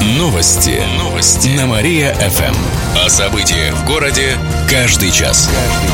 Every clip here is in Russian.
Новости на Мария-ФМ. О событиях в городе каждый час.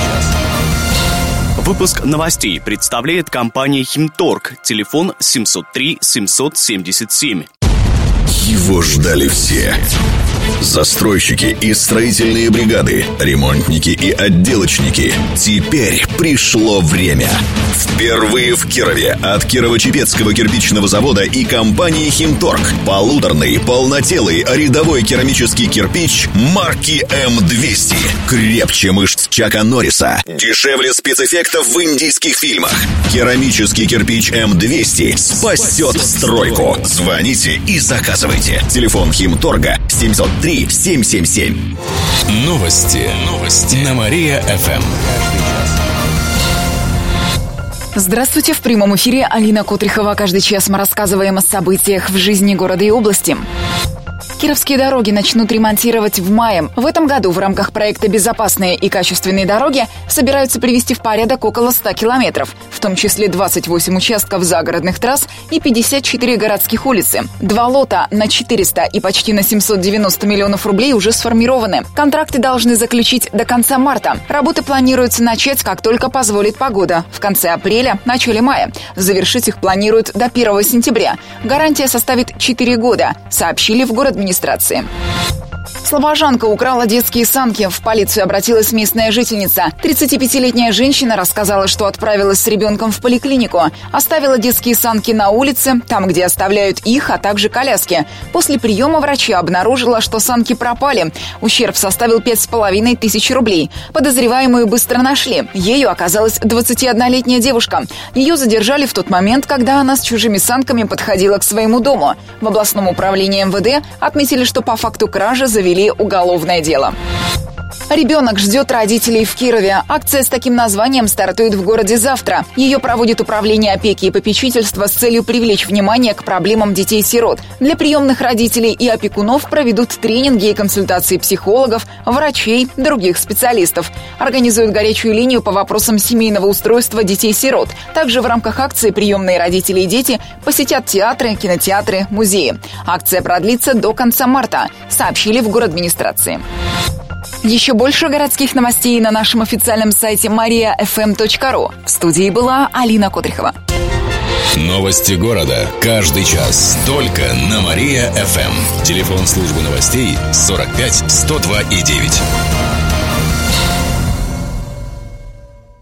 Выпуск новостей представляет компания «Химторг». Телефон 703-777. Его ждали все. Застройщики и строительные бригады, ремонтники и отделочники. Теперь пришло время. Впервые в Кирове от Кирово-Чепецкого кирпичного завода и компании «Химторг» полуторный, полнотелый, рядовой керамический кирпич марки М200. Крепче мышц Чака Норриса. Дешевле спецэффектов в индийских фильмах. Керамический кирпич М200 спасет стройку. Звоните и заказывайте. Телефон «Химторга» 703-777. Новости на Мария-ФМ. Здравствуйте, в прямом эфире Алина Котрихова. Каждый час мы рассказываем о событиях в жизни города и области. Кировские дороги начнут ремонтировать в мае. В этом году в рамках проекта «Безопасные и качественные дороги» собираются привести в порядок около 100 километров, в том числе 28 участков загородных трасс и 54 городских улицы. 2 лота на 400 и почти на 790 миллионов рублей уже сформированы. Контракты должны заключить до конца марта. Работы планируется начать, как только позволит погода, в конце апреля, начале мая. Завершить их планируют до 1 сентября. Гарантия составит 4 года, сообщили в городадминистрации. Слобожанка украла детские санки. В полицию обратилась местная жительница. 35-летняя женщина рассказала, что отправилась с ребенком в поликлинику. Оставила детские санки на улице, там, где оставляют их, а также коляски. После приема врача обнаружила, что санки пропали. Ущерб составил 5500 рублей. Подозреваемую быстро нашли. Ею оказалась 21-летняя девушка. Ее задержали в тот момент, когда она с чужими санками подходила к своему дому. В областном управлении МВД отметили, что по факту кражи завели уголовное дело. Ребенок ждет родителей в Кирове. Акция с таким названием стартует в городе завтра. Ее проводит Управление опеки и попечительства с целью привлечь внимание к проблемам детей-сирот. Для приемных родителей и опекунов проведут тренинги и консультации психологов, врачей, других специалистов. Организуют горячую линию по вопросам семейного устройства детей-сирот. Также в рамках акции приемные родители и дети посетят театры, кинотеатры, музеи. Акция продлится до конца марта, сообщили в городадминистрации. Еще больше городских новостей на нашем официальном сайте mariafm.ru. В студии была Алина Котрихова. Новости города. Каждый час. Только на Мария-ФМ. Телефон службы новостей 45 102 и 9.